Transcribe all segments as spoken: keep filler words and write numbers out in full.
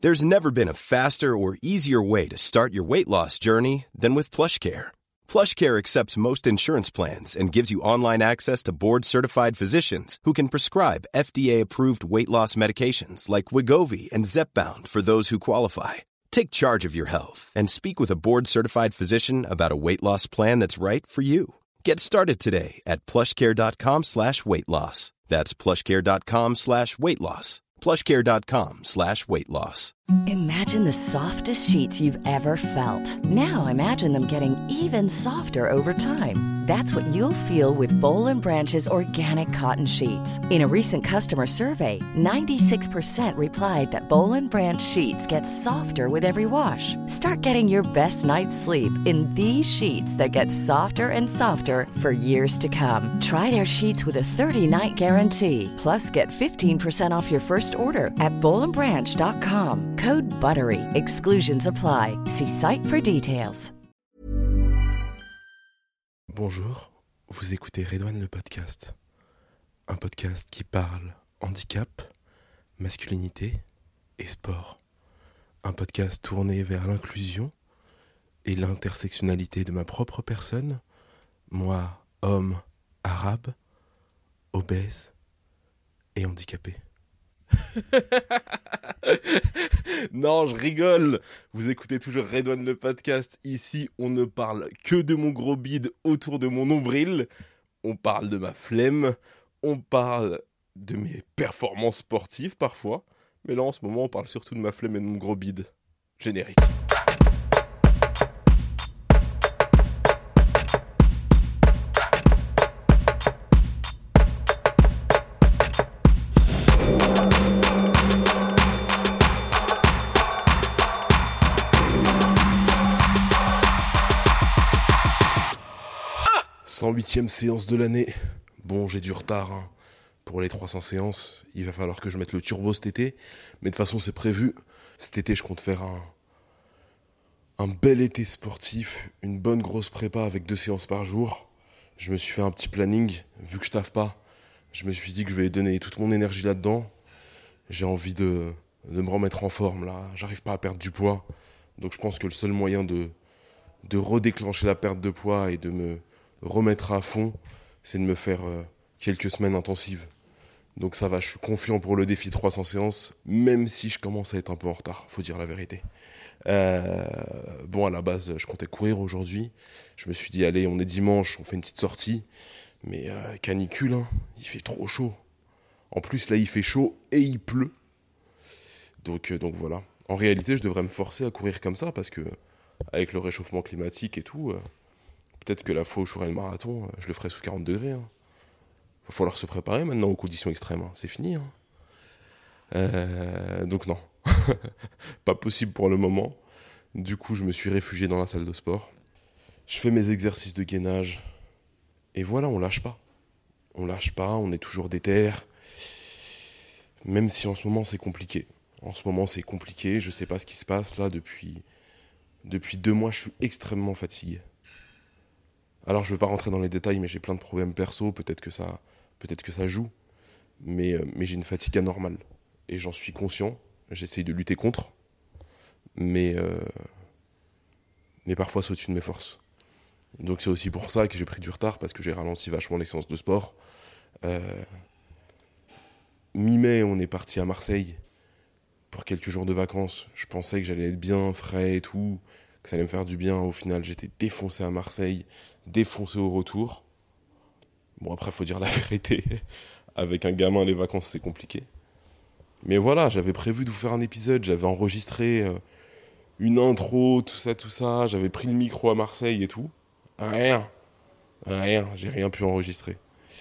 There's never been a faster or easier way to start your weight loss journey than with PlushCare. PlushCare accepts most insurance plans and gives you online access to board-certified physicians who can prescribe F D A-approved weight loss medications like Wegovy and Zepbound for those who qualify. Take charge of your health and speak with a board-certified physician about a weight loss plan that's right for you. Get started today at plushcare.com slash weight loss. That's plushcare.com slash weight loss. plushcare.com slash weight loss. Imagine the softest sheets you've ever felt. Now imagine them getting even softer over time. That's what you'll feel with Boll and Branch's organic cotton sheets. In a recent customer survey, ninety-six percent replied that Boll and Branch sheets get softer with every wash. Start getting your best night's sleep in these sheets that get softer and softer for years to come. Try their sheets with a thirty-night guarantee. Plus, get fifteen percent off your first order at boll and branch dot com. Code BUTTERY. Exclusions apply. See site for details. Bonjour, vous écoutez Redouane le podcast. Un podcast qui parle handicap, masculinité et sport. Un podcast tourné vers l'inclusion et l'intersectionnalité de ma propre personne, moi, homme, arabe, obèse et handicapé. Non, je rigole. Vous écoutez toujours Redouane le podcast. Ici, on ne parle que de mon gros bide autour de mon nombril. On parle de ma flemme. On parle de mes performances sportives parfois. Mais là, en ce moment, on parle surtout de ma flemme et de mon gros bide. Générique. cent huitième séance de l'année. Bon, j'ai du retard hein. Pour les trois cents séances. Il va falloir que je mette le turbo cet été. Mais de toute façon, c'est prévu. Cet été, je compte faire un, un bel été sportif. Une bonne grosse prépa avec deux séances par jour. Je me suis fait un petit planning. Vu que je taffe pas, je me suis dit que je vais donner toute mon énergie là-dedans. J'ai envie de, de me remettre en forme là. J'arrive pas à perdre du poids. Donc je pense que le seul moyen de, de redéclencher la perte de poids et de me remettre à fond, c'est de me faire euh, quelques semaines intensives. Donc ça va, je suis confiant pour le défi trois cents séances, même si je commence à être un peu en retard, faut dire la vérité. Euh, bon, à la base, je comptais courir aujourd'hui. Je me suis dit, allez, on est dimanche, on fait une petite sortie. Mais euh, canicule, hein, il fait trop chaud. En plus, là, il fait chaud et il pleut. Donc, euh, donc voilà. En réalité, je devrais me forcer à courir comme ça, parce que avec le réchauffement climatique et tout... Euh, Peut-être que la fois où je ferai le marathon, je le ferai sous quarante degrés. Il hein. va falloir se préparer maintenant aux conditions extrêmes. Hein. C'est fini. Hein. Euh, donc non. Pas possible pour le moment. Du coup, je me suis réfugié dans la salle de sport. Je fais mes exercices de gainage. Et voilà, on lâche pas. On lâche pas, on est toujours déter. Même si en ce moment, c'est compliqué. En ce moment, c'est compliqué. Je sais pas ce qui se passe là. Depuis, depuis deux mois, je suis extrêmement fatigué. Alors, je ne vais pas rentrer dans les détails, mais j'ai plein de problèmes perso, peut-être que ça, peut-être que ça joue, mais, euh, mais j'ai une fatigue anormale. Et j'en suis conscient, j'essaye de lutter contre, mais, euh, mais parfois c'est au-dessus de mes forces. Donc c'est aussi pour ça que j'ai pris du retard, parce que j'ai ralenti vachement les séances de sport. Euh, mi-mai, on est parti à Marseille pour quelques jours de vacances. Je pensais que j'allais être bien, frais et tout, que ça allait me faire du bien. Au final, j'étais défoncé à Marseille, défoncé au retour. Bon, après, faut dire la vérité. Avec un gamin, les vacances, c'est compliqué. Mais voilà, j'avais prévu de vous faire un épisode. J'avais enregistré euh, une intro, tout ça, tout ça. J'avais pris le micro à Marseille et tout. Rien. Rien. J'ai rien pu enregistrer.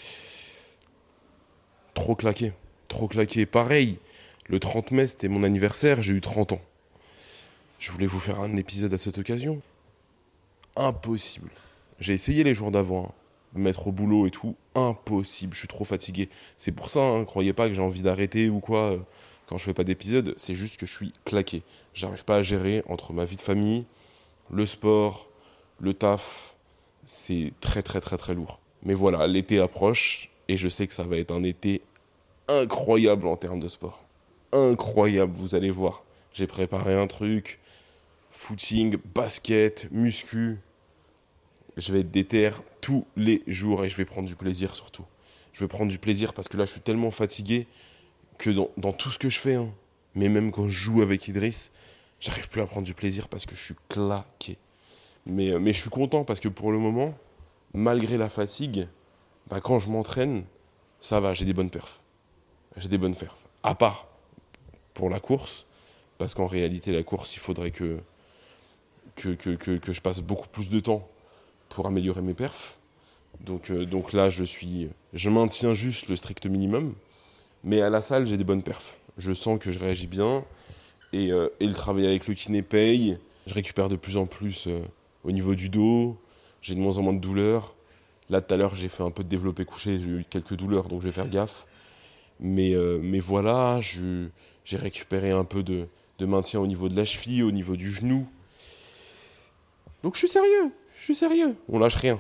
Trop claqué. Trop claqué. Pareil, le trente mai, c'était mon anniversaire. J'ai eu trente ans. Je voulais vous faire un épisode à cette occasion. Impossible. J'ai essayé les jours d'avant, hein, me mettre au boulot et tout. Impossible, je suis trop fatigué. C'est pour ça, hein, croyez pas que j'ai envie d'arrêter ou quoi euh, quand je fais pas d'épisode. C'est juste que je suis claqué. J'arrive pas à gérer entre ma vie de famille, le sport, le taf. C'est très très très très lourd. Mais voilà, l'été approche et je sais que ça va être un été incroyable en termes de sport. Incroyable, vous allez voir. J'ai préparé un truc, footing, basket, muscu. Je vais être déter tous les jours et je vais prendre du plaisir surtout. Je vais prendre du plaisir parce que là, je suis tellement fatigué que dans, dans tout ce que je fais, hein, mais même quand je joue avec Idriss, j'arrive plus à prendre du plaisir parce que je suis claqué. Mais, mais je suis content parce que pour le moment, malgré la fatigue, bah, quand je m'entraîne, ça va, j'ai des bonnes perfs. J'ai des bonnes perfs. À part pour la course, parce qu'en réalité, la course, il faudrait que, que, que, que, que je passe beaucoup plus de temps pour améliorer mes perfs. Donc, euh, donc là, je suis, je maintiens juste le strict minimum. Mais à la salle, j'ai des bonnes perfs. Je sens que je réagis bien. Et, euh, et le travail avec le kiné paye. Je récupère de plus en plus euh, au niveau du dos. J'ai de moins en moins de douleurs. Là, tout à l'heure, j'ai fait un peu de développé couché. J'ai eu quelques douleurs, donc je vais faire gaffe. Mais, euh, mais voilà, je, j'ai récupéré un peu de, de maintien au niveau de la cheville, au niveau du genou. Donc je suis sérieux. Je suis sérieux. On lâche rien.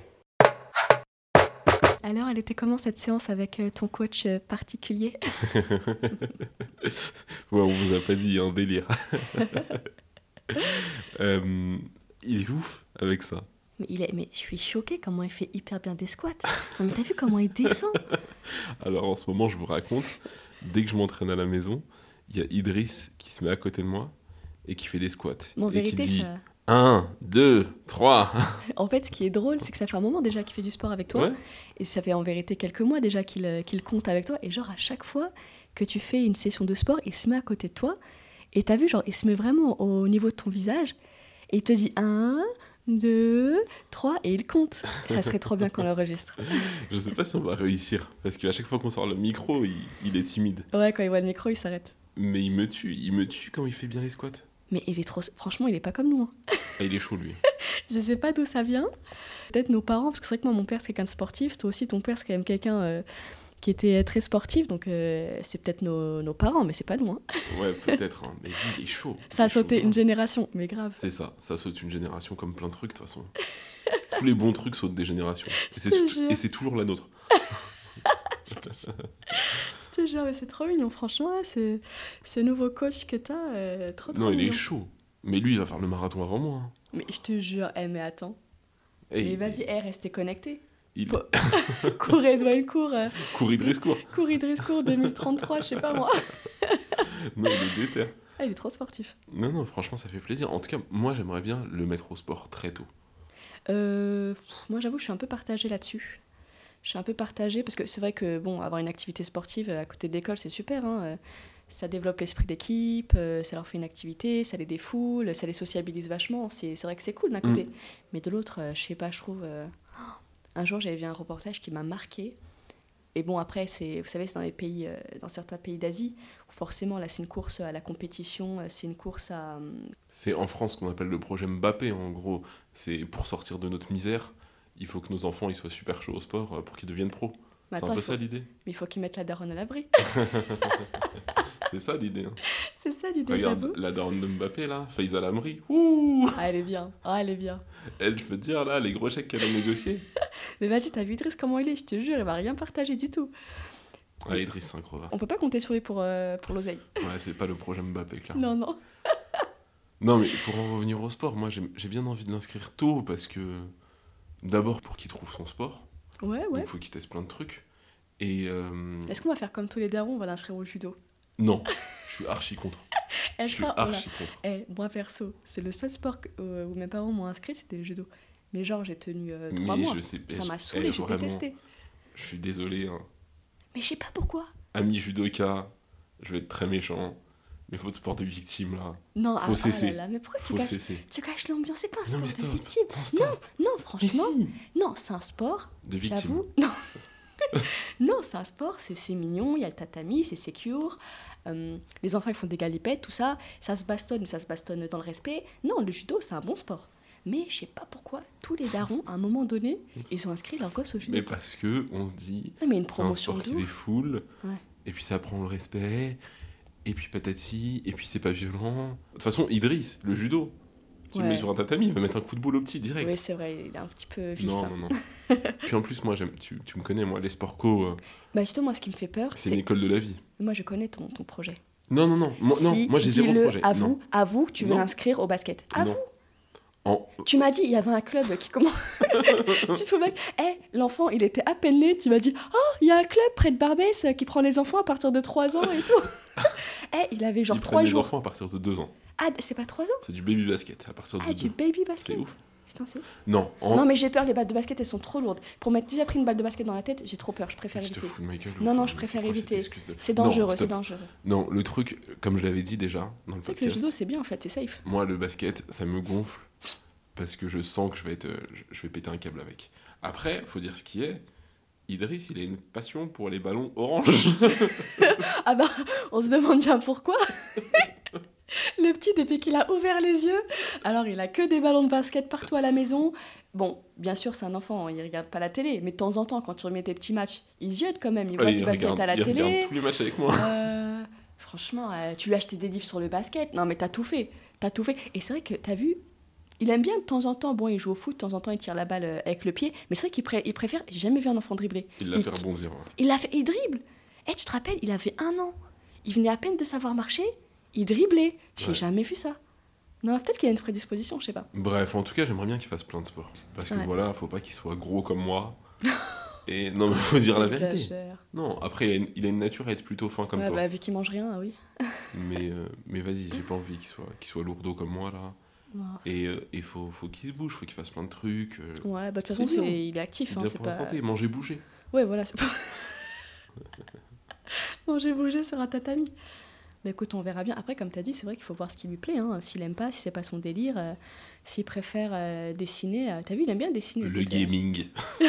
Alors, elle était comment cette séance avec euh, ton coach euh, particulier? Ouais, on vous a pas dit, il y a un délire. euh, il est ouf avec ça. Mais, il est, mais je suis choquée comment il fait hyper bien des squats. Non, mais t'as vu comment il descend? Alors en ce moment, je vous raconte, dès que je m'entraîne à la maison, il y a Idriss qui se met à côté de moi et qui fait des squats. Bon, en et vérité, qui dit ça... un, deux, trois. En fait, ce qui est drôle, c'est que ça fait un moment déjà qu'il fait du sport avec toi. Ouais. Et ça fait en vérité quelques mois déjà qu'il, euh, qu'il compte avec toi. Et genre, à chaque fois que tu fais une session de sport, il se met à côté de toi. Et t'as vu, genre, il se met vraiment au niveau de ton visage. Et il te dit un, deux, trois, et il compte. Ça serait trop bien qu'on l'enregistre. Je sais pas si on va réussir, parce qu'à chaque fois qu'on sort le micro, il, il est timide. Ouais, quand il voit le micro, il s'arrête. Mais il me tue, il me tue quand il fait bien les squats. Mais il est trop... Franchement, il est pas comme nous. Hein. Ah, il est chaud, lui. Je sais pas d'où ça vient. Peut-être nos parents, parce que c'est vrai que moi, mon père, c'est quelqu'un de sportif. Toi aussi, ton père, c'est quand même quelqu'un euh, qui était très sportif. Donc, euh, c'est peut-être nos, nos parents, mais c'est pas nous. Hein. Ouais, peut-être. Hein. Mais lui, il est chaud. Ça a Il est sauté chaud, une hein. génération, mais grave. C'est ça, ça saute une génération comme plein de trucs, de toute façon. Tous les bons trucs sautent des générations. Et c'est, Je te jure. et c'est toujours la nôtre. Je te jure, mais c'est trop mignon. Franchement, là, c'est... ce nouveau coach que t'as, euh, trop, trop Non, il mignon. est chaud. Mais lui, il va faire le marathon avant moi. Hein. Mais je te jure, eh, mais attends. Et mais il- vas-y, eh, restez connectés. Il Po- Cours Edouard cours, euh, court Idriss court. cours Idriss cours deux mille trente-trois, je sais pas moi. Non, il est déter. Ah, il est trop sportif. Non, non, franchement, ça fait plaisir. En tout cas, moi, j'aimerais bien le mettre au sport très tôt. Euh, pff, moi, j'avoue, je suis un peu partagée là-dessus. Je suis un peu partagée parce que c'est vrai que bon, avoir une activité sportive à côté de l'école, c'est super. Hein, euh, ça développe l'esprit d'équipe, euh, ça leur fait une activité, ça les défoule, ça les sociabilise vachement. C'est, c'est vrai que c'est cool d'un côté. Mm. Mais de l'autre, euh, je sais pas, je trouve... euh, Un jour, j'avais vu un reportage qui m'a marqué. Et bon, après, c'est, vous savez, c'est dans, les pays, euh, dans certains pays d'Asie, où forcément, là, c'est une course à la compétition, euh, c'est une course à... euh, C'est en France ce qu'on appelle le projet Mbappé, en gros. C'est pour sortir de notre misère, il faut que nos enfants ils soient super chauds au sport euh, pour qu'ils deviennent pros. mais C'est attends, un peu il faut- ça l'idée. Mais il faut qu'ils mettent la daronne à l'abri. C'est ça l'idée. Hein. C'est ça l'idée, Regarde, j'avoue. la daronne de Mbappé, là, Faiza Lamri. Ouh, Ah, elle est bien. Ah, elle est bien. elle, je peux te dire, là, les gros chèques qu'elle a négociés. Mais vas-y, t'as vu Idriss comment il est, je te jure, il va rien partager du tout. Ah, Idriss, c'est un crevard. On peut pas compter sur lui pour, euh, pour l'oseille. Ouais, c'est pas le projet Mbappé, clairement. Non, non. Non, mais pour en revenir au sport, moi, j'ai, j'ai bien envie de l'inscrire tôt, parce que... D'abord, pour qu'il trouve son sport. Ouais, ouais. Donc, il faut qu'il teste plein de trucs. Et... euh, Est-ce qu'on va faire comme tous les darons, on va l'inscrire au judo? Non, je suis archi contre. Eh, Je suis enfin, on l'a- archi contre. Eh, moi perso, c'est le seul sport que- euh, où mes parents m'ont inscrit, c'était le judo. Mais genre, j'ai tenu euh, trois Mais mois. je sais Ça je- m'a eh, saoulé, j'ai vraiment, détesté. Je suis désolé, hein. Mais je sais pas pourquoi. Ami judoka, je vais être très méchant, mais faut de sport de victime là. Non, Faut ah, cesser. ah là là, mais pourquoi tu Faut gâches, cesser. tu gâches l'ambiance? C'est pas un Non, sport mais de stop. victime. Non, stop. Non, Mais franchement, si. non, c'est un sport. De victime. J'avoue, non. Non, c'est un sport, c'est, c'est mignon, il y a le tatami, c'est secure. Euh, les enfants, ils font des galipettes, tout ça. Ça se bastonne, mais ça se bastonne dans le respect. Non, le judo, c'est un bon sport. Mais je sais pas pourquoi, tous les darons, à un moment donné, ils ont inscrit leur gosse au judo. Mais parce que on se dit, Non, mais une c'est un promotion sport de qui ouf. défoule, Ouais. et puis ça apprend le respect, et puis patati, et puis c'est pas violent. De toute façon, Idriss, le judo, tu le Ouais. mets sur un tatami, il va mettre un coup de boule au petit direct. Oui, c'est vrai, il est un petit peu vif. non, hein. non, non. Puis en plus, moi, j'aime, tu, tu me connais, moi, les sports co, euh, Bah justement, moi, ce qui me fait peur, c'est c'est une école de la vie. moi, je connais ton, ton projet. Non, non, non. Moi, Si, non, moi j'ai zéro dis-le, projet. Avoue, Non. avoue que tu veux Non. l'inscrire au basket. Avoue. Non. En... Tu m'as dit, il y avait un club qui commence. Tu te souviens Eh, l'enfant, il était à peine né. Tu m'as dit, oh, il y a un club près de Barbès qui prend les enfants à partir de trois ans et tout. Eh, il avait genre Ils trois prennent les jours. enfants à partir de deux ans. Ah, c'est pas trois ans C'est du baby basket à partir de Ah, deux. du baby basket. C'est ouf. Putain, c'est ouf. Non, en... Non, mais j'ai peur, les balles de basket, elles sont trop lourdes. Pour m'être déjà pris une balle de basket dans la tête, j'ai trop peur, je préfère Tu te éviter. fous de ma gueule ou Non, non, quoi je Mais préfère c'est quoi cette éviter. excuse de- C'est Non, dangereux, stop. c'est dangereux. Non, le truc, comme je l'avais dit déjà dans le C'est vrai que le podcast, judo, c'est bien en fait, c'est safe. moi le basket, ça me gonfle parce que je sens que je vais être, euh, je- je vais péter un câble avec. Après, faut dire ce qui est. Idriss, il a une passion pour les ballons orange. Ah bah, on se demande bien pourquoi. Le petit, depuis qu'il a ouvert les yeux, alors il a que des ballons de basket partout à la maison. Bon, bien sûr, c'est un enfant, il regarde pas la télé, mais de temps en temps, quand tu remets tes petits matchs, il se jette quand même, il voit Ouais, du il basket regarde, à la il télé. regarde tous les matchs avec moi. Euh, franchement, euh, tu lui as acheté des livres sur le basket. Non, mais t'as tout fait. T'as tout fait. Et c'est vrai que t'as vu, il aime bien de temps en temps. Bon, il joue au foot, de temps en temps, il tire la balle euh, avec le pied. Mais c'est vrai qu'il pré- il préfère. J'ai jamais vu un enfant dribbler. Il l'a fait rebondir. Ouais. Il l'a fait. Il dribble. Eh, tu te rappelles, il avait un an. Il venait à peine de savoir marcher. Il driblait. J'ai Ouais. jamais vu ça. Non, peut-être qu'il a une prédisposition, je sais pas. Bref, en tout cas, j'aimerais bien qu'il fasse plein de sports. Parce que Ouais. voilà, faut pas qu'il soit gros comme moi. Et non, mais faut dire la vérité. Exagère. Non, après, il a, une, il a une nature à être plutôt fin comme Ouais, toi. bah, vu qu'il mange rien, ah oui. Mais, euh, mais vas-y, j'ai pas envie qu'il soit, qu'il soit lourdeau comme moi, là. Non. Et il faut, faut qu'il se bouge, faut qu'il fasse plein de trucs. euh, Ouais, bah de toute C'est façon, bien. c'est... il est actif. c'est Hein, bien c'est pour pas... la santé, manger, bouger. Ouais, voilà, c'est pas... Manger, bouger sur un tatami. Bah écoute, on verra bien. Après, comme tu as dit, c'est vrai qu'il faut voir ce qui lui plaît. Hein. S'il aime pas, si c'est pas son délire, euh, s'il préfère euh, dessiner. Euh, T'as vu, il aime bien dessiner. Le écoute, euh, gaming.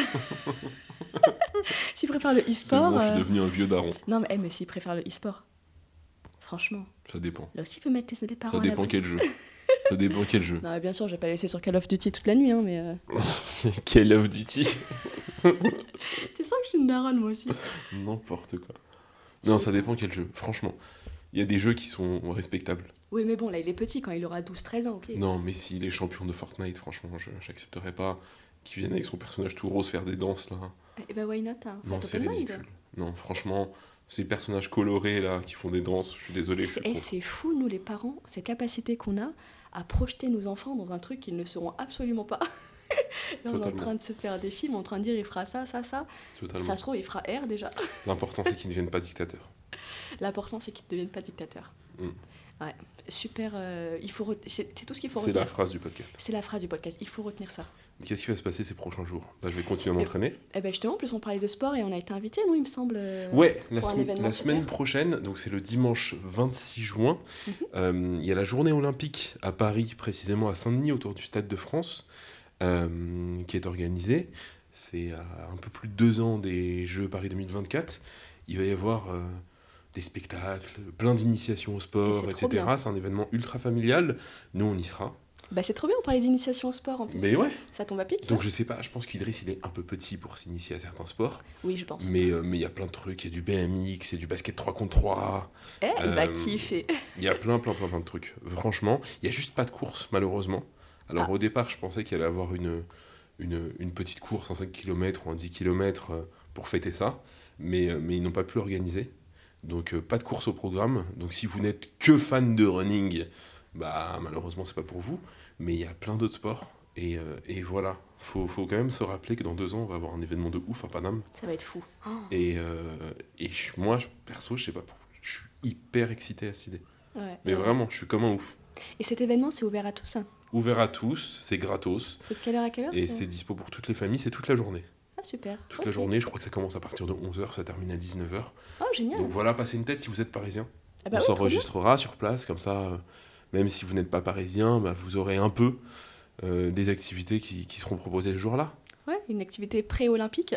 S'il préfère le C'est e-sport. bon, je suis euh, devenu un vieux daron. Non, mais, eh, mais s'il préfère le e-sport, franchement, Ça dépend. là aussi, il peut mettre les, les parents. Ça à dépend l'abri. quel jeu. Ça dépend quel jeu. Non, mais bien sûr, je vais pas laisser sur Call of Duty toute la nuit, hein, mais. euh, Quel of Duty. Tu sens que je suis une daronne, moi aussi. N'importe quoi. Non, ça dépend quel jeu. Franchement, il y a des jeux qui sont respectables. Oui, mais bon, là, il est petit, quand il aura douze treize ans, ok. Non, mais s'il est champion de Fortnite, franchement, je j'accepterais pas qu'il vienne avec son personnage tout rose faire des danses là. Et bah, why not hein. Non, Faut c'est open mind. ridicule. Non, franchement, ces personnages colorés là qui font des danses, je suis désolé, je C'est suis eh, contre. c'est fou, nous les parents, ces capacités qu'on a à projeter nos enfants dans un truc qu'ils ne seront absolument pas. Et on est en Totalement. train de se faire des films, en train de dire il fera ça, ça, ça. Totalement. Ça se trouve, il fera R déjà. L'important c'est qu'ils ne deviennent pas dictateurs. L'important, c'est qu'ils ne deviennent pas dictateurs. Mm. Ouais, super. euh, il faut re- c'est c'est tout ce qu'il faut C'est retenir. la phrase du podcast. C'est la phrase du podcast. Il faut retenir ça. Qu'est-ce qui va se passer ces prochains jours? Bah, je vais continuer à m'entraîner. Eh ben justement, en plus, on parlait de sport et on a été invité, non, il me semble. euh, Ouais, la, pour un sem- événement la super. semaine prochaine, donc c'est le dimanche vingt-six juin, Mhm. euh, il y a la journée olympique à Paris, précisément à Saint-Denis, autour du Stade de France, euh, qui est organisée. C'est à un peu plus de deux ans des Jeux Paris deux mille vingt-quatre. Il va y avoir euh, des spectacles, plein d'initiations au Et sport, c'est trop et cetera. bien. C'est un événement ultra familial. Nous, on y sera. Bah, c'est trop bien, on parlait d'initiation au sport en plus. Mais ouais, Ça tombe à pic. donc hein je sais pas, je pense qu'Idriss, il est un peu petit pour s'initier à certains sports. Oui, je pense. Mais euh, mais il y a plein de trucs. Il y a du B M X, il y a du basket trois contre trois. Eh, il va euh, kiffer. Il y a plein, plein, plein, plein de trucs. Franchement, il n'y a juste pas de course, malheureusement. Alors Ah. au départ, je pensais qu'il allait avoir une, une, une petite course en cinq kilomètres ou en dix kilomètres euh, pour fêter ça. Mais, euh, mais ils n'ont pas pu l'organiser. Donc euh, pas de course au programme. Donc si vous n'êtes que fan de running, bah malheureusement, c'est pas pour vous. Mais il y a plein d'autres sports. Et, euh, et voilà, faut, faut quand même se rappeler que dans deux ans, on va avoir un événement de ouf à Paname. Ça va être fou. Oh. Et, euh, et je- moi, je- perso, je sais pas pourquoi. Je suis hyper excité à cette idée. Ouais. Mais Ouais. vraiment, je suis comme un ouf. Et cet événement, c'est ouvert à tous. hein Ouvert à tous, c'est gratos. C'est de quelle heure à quelle heure Et ça c'est dispo pour toutes les familles, c'est toute la journée. Ah, super. Toute Ok. la journée, je crois que ça commence à partir de onze heures, ça termine à dix-neuf heures. Oh, génial. Donc voilà, passez une tête si vous êtes parisien. Ah bah On ouais, trop s'enregistrera sur place, comme ça, euh, même si vous n'êtes pas parisien, bah, vous aurez un peu euh, des activités qui, qui seront proposées ce jour-là. bien. Ouais, une activité pré-olympique.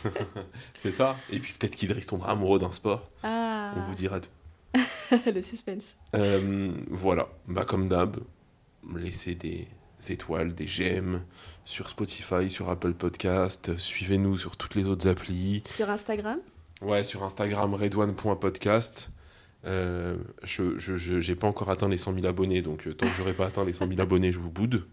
C'est ça. Et puis peut-être qu'Idriss tombera amoureux d'un sport, Ah, on vous dira tout. le suspense. Euh, voilà, bah comme d'hab, laissez des étoiles, des j'aime sur Spotify, sur Apple Podcast, suivez-nous sur toutes les autres applis. Sur Instagram. Ouais, sur Instagram, redouane point podcast. Euh, je je, je- j'ai pas encore atteint les cent mille abonnés, donc euh, tant que j'aurai pas atteint les cent mille abonnés, je vous boude.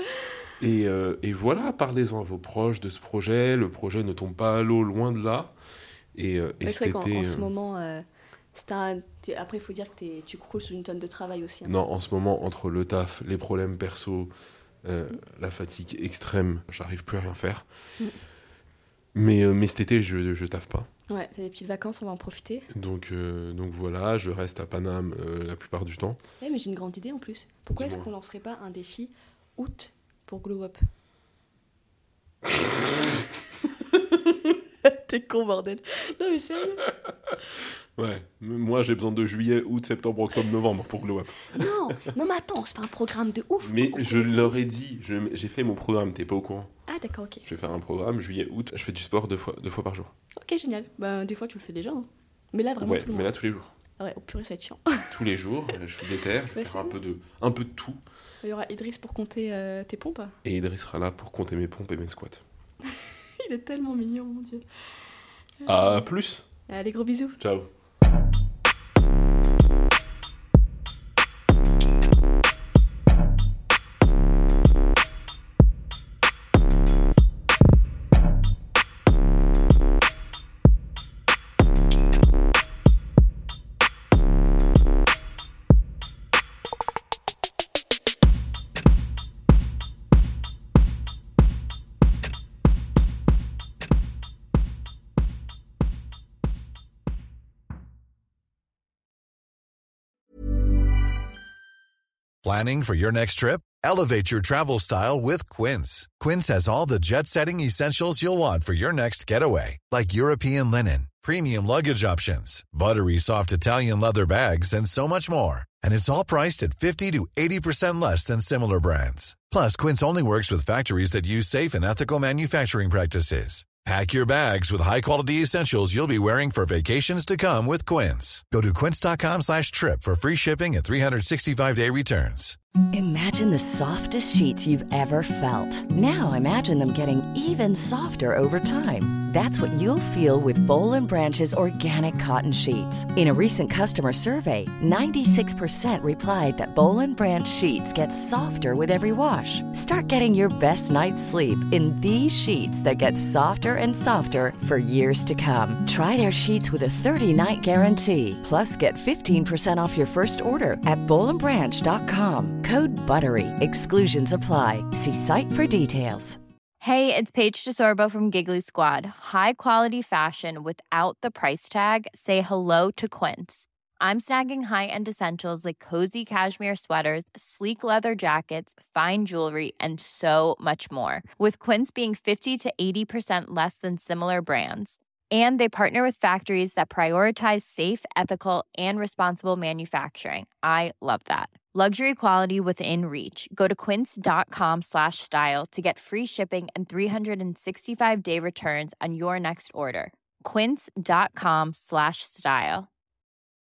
Et, euh, et voilà, parlez-en à vos proches de ce projet. Le projet ne tombe pas à l'eau, loin de là. Et, euh, et Ouais, c'est cet vrai qu'en été, en ce euh, moment, euh, Un... Après, il faut dire que t'es... tu croules sous une tonne de travail aussi. Hein. Non, en ce moment, entre le taf, les problèmes perso, euh, mm. la fatigue extrême, j'arrive plus à rien faire. Mm. Mais, euh, mais cet été, je, je taffe pas. Ouais, t'as des petites vacances, on va en profiter. Donc, euh, donc voilà, je reste à Paname euh, la plupart du temps. Ouais, mais j'ai une grande idée en plus. Pourquoi Dis-moi. Est-ce qu'on lancerait pas un défi août pour Glow Up? T'es con, bordel. Non, mais sérieux. Ouais, moi j'ai besoin de juillet, août, septembre, octobre, novembre pour Glow Up. Non, non, mais attends, on se fait un programme de ouf. Mais je leur ai dit, je, j'ai fait mon programme, t'es pas au courant. Ah, d'accord, ok. Je vais faire un programme, juillet, août, je fais du sport deux fois, deux fois par jour. Ok, génial. Ben, des fois tu le fais déjà. Hein. Mais là, vraiment, ouais, tout le mais monde. là, tous les jours. Ah ouais, au purée, ça va être chiant. Tous les jours, je fais des terres, je vais ouais, faire un peu, de, un peu de tout. Il y aura Idriss pour compter euh, tes pompes. Et Idriss sera là pour compter mes pompes et mes squats. Il est tellement mignon, mon Dieu. À plus. Allez, gros bisous. Ciao. Planning for your next trip? Elevate your travel style with Quince. Quince has all the jet-setting essentials you'll want for your next getaway, like European linen, premium luggage options, buttery soft Italian leather bags, and so much more. And it's all priced at fifty to eighty percent less than similar brands. Plus, Quince only works with factories that use safe and ethical manufacturing practices. Pack your bags with high-quality essentials you'll be wearing for vacations to come with Quince. Go to quince.com slash trip for free shipping and three sixty-five day returns. Imagine the softest sheets you've ever felt. Now imagine them getting even softer over time. That's what you'll feel with Boll and Branch's organic cotton sheets. In a recent customer survey, ninety-six percent replied that Boll and Branch sheets get softer with every wash. Start getting your best night's sleep in these sheets that get softer and softer for years to come. Try their sheets with a thirty-night guarantee. Plus, get fifteen percent off your first order at boll and branch dot com. Code BUTTERY. Exclusions apply. See site for details. Hey, it's Paige DeSorbo from Giggly Squad. High quality fashion without the price tag. Say hello to Quince. I'm snagging high-end essentials like cozy cashmere sweaters, sleek leather jackets, fine jewelry, and so much more. With Quince being fifty to eighty percent less than similar brands. And they partner with factories that prioritize safe, ethical, and responsible manufacturing. I love that. Luxury quality within reach. Go to quince.com slash style to get free shipping and three sixty-five day returns on your next order. Quince.com slash style.